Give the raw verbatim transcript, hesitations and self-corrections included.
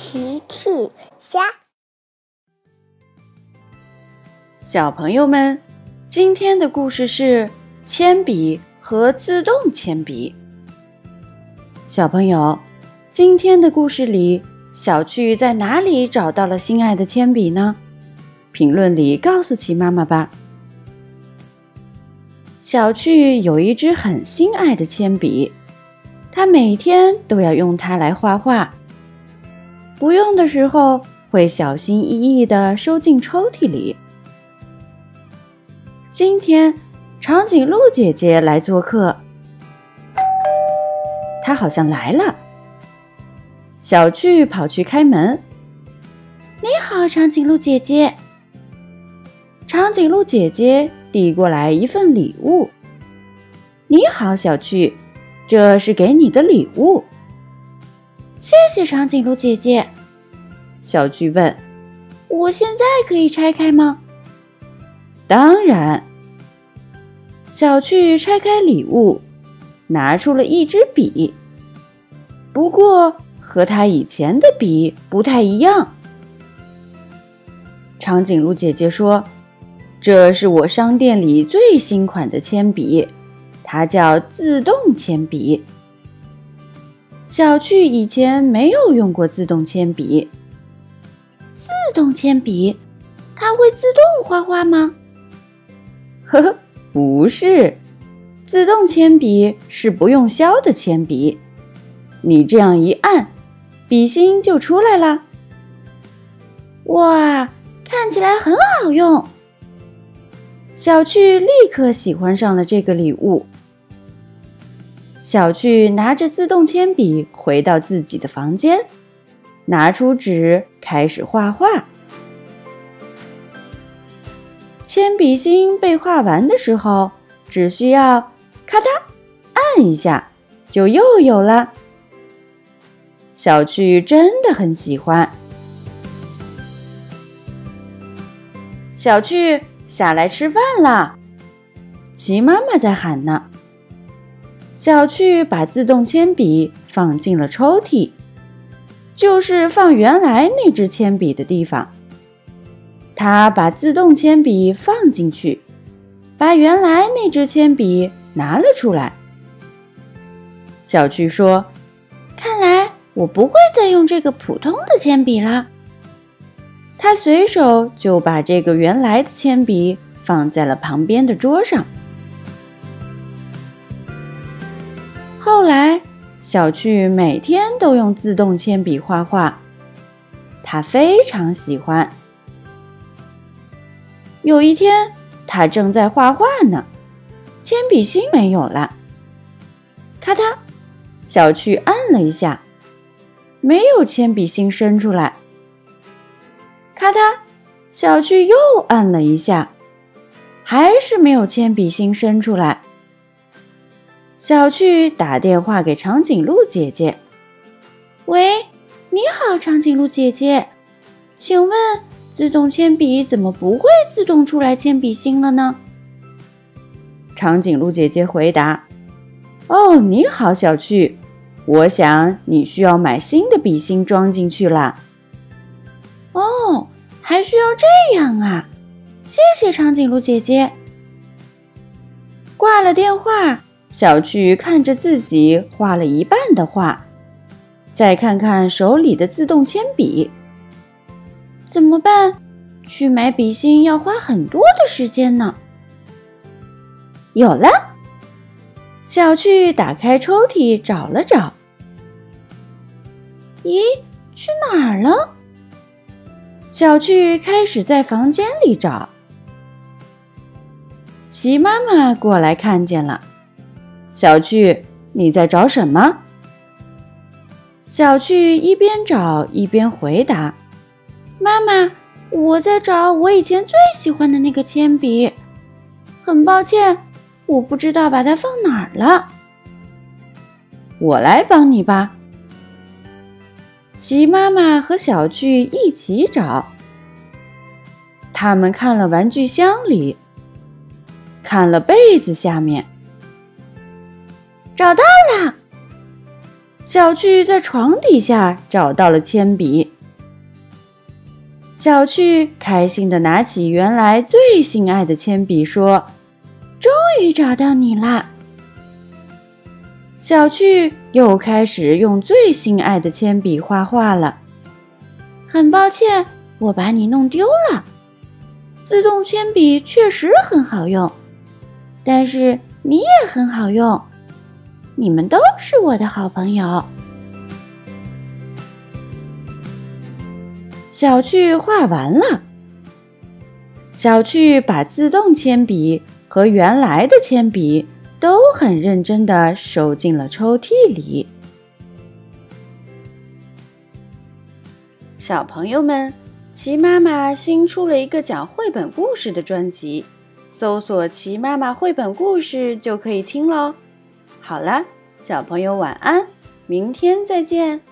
奇趣虾。 小朋友们，今天的故事是铅笔和自动铅笔。小朋友，今天的故事里，小趣在哪里找到了心爱的铅笔呢？评论里告诉奇妈妈吧。小趣有一支很心爱的铅笔，他每天都要用它来画画，不用的时候会小心翼翼地收进抽屉里。今天长颈鹿姐姐来做客，她好像来了。小趣跑去开门。你好，长颈鹿姐姐。长颈鹿姐姐递过来一份礼物。你好，小趣，这是给你的礼物。谢谢长颈鹿姐姐。小趣问，我现在可以拆开吗？当然。小趣拆开礼物，拿出了一支笔，不过和他以前的笔不太一样。长颈鹿姐姐说，这是我商店里最新款的铅笔，它叫自动铅笔。小趣以前没有用过自动铅笔。自动铅笔，它会自动画画吗？呵呵，不是，自动铅笔是不用削的铅笔，你这样一按，笔芯就出来了。哇，看起来很好用。小趣立刻喜欢上了这个礼物。小趣拿着自动铅笔回到自己的房间，拿出纸开始画画。铅笔芯被画完的时候，只需要咔嗒按一下，就又有了。小趣真的很喜欢。小趣，下来吃饭啦！齐妈妈在喊呢。小趣把自动铅笔放进了抽屉，就是放原来那支铅笔的地方。他把自动铅笔放进去，把原来那支铅笔拿了出来。小趣说，看来我不会再用这个普通的铅笔啦。他随手就把这个原来的铅笔放在了旁边的桌上。后来，小趣每天都用自动铅笔画画，他非常喜欢。有一天，他正在画画呢，铅笔芯没有了。咔嗒，小趣按了一下，没有铅笔芯伸出来。咔嗒，小趣又按了一下，还是没有铅笔芯伸出来。小趣打电话给长颈鹿姐姐。喂，你好，长颈鹿姐姐，请问自动铅笔怎么不会自动出来铅笔芯了呢？长颈鹿姐姐回答，哦，你好，小趣，我想你需要买新的笔芯装进去啦。哦，还需要这样啊，谢谢长颈鹿姐姐。挂了电话，小趣看着自己画了一半的画，再看看手里的自动铅笔。怎么办？去买笔芯要花很多的时间呢。有了！小趣打开抽屉找了找。咦，去哪儿了？小趣开始在房间里找。齐妈妈过来看见了。小趣，你在找什么？小趣一边找一边回答，妈妈，我在找我以前最喜欢的那个铅笔。很抱歉，我不知道把它放哪儿了。我来帮你吧。齐妈妈和小趣一起找。他们看了玩具箱里，看了被子下面。找到了！小趣在床底下找到了铅笔。 小趣开心地拿起原来最心爱的铅笔说：“终于找到你啦！”小趣又开始用最心爱的铅笔画画了。很抱歉，我把你弄丢了。自动铅笔确实很好用，但是你也很好用，你们都是我的好朋友。小趣画完了，小趣把自动铅笔和原来的铅笔都很认真地收进了抽屉里。小朋友们，齐妈妈新出了一个讲绘本故事的专辑，搜索齐妈妈绘本故事就可以听咯。好了，小朋友晚安，明天再见。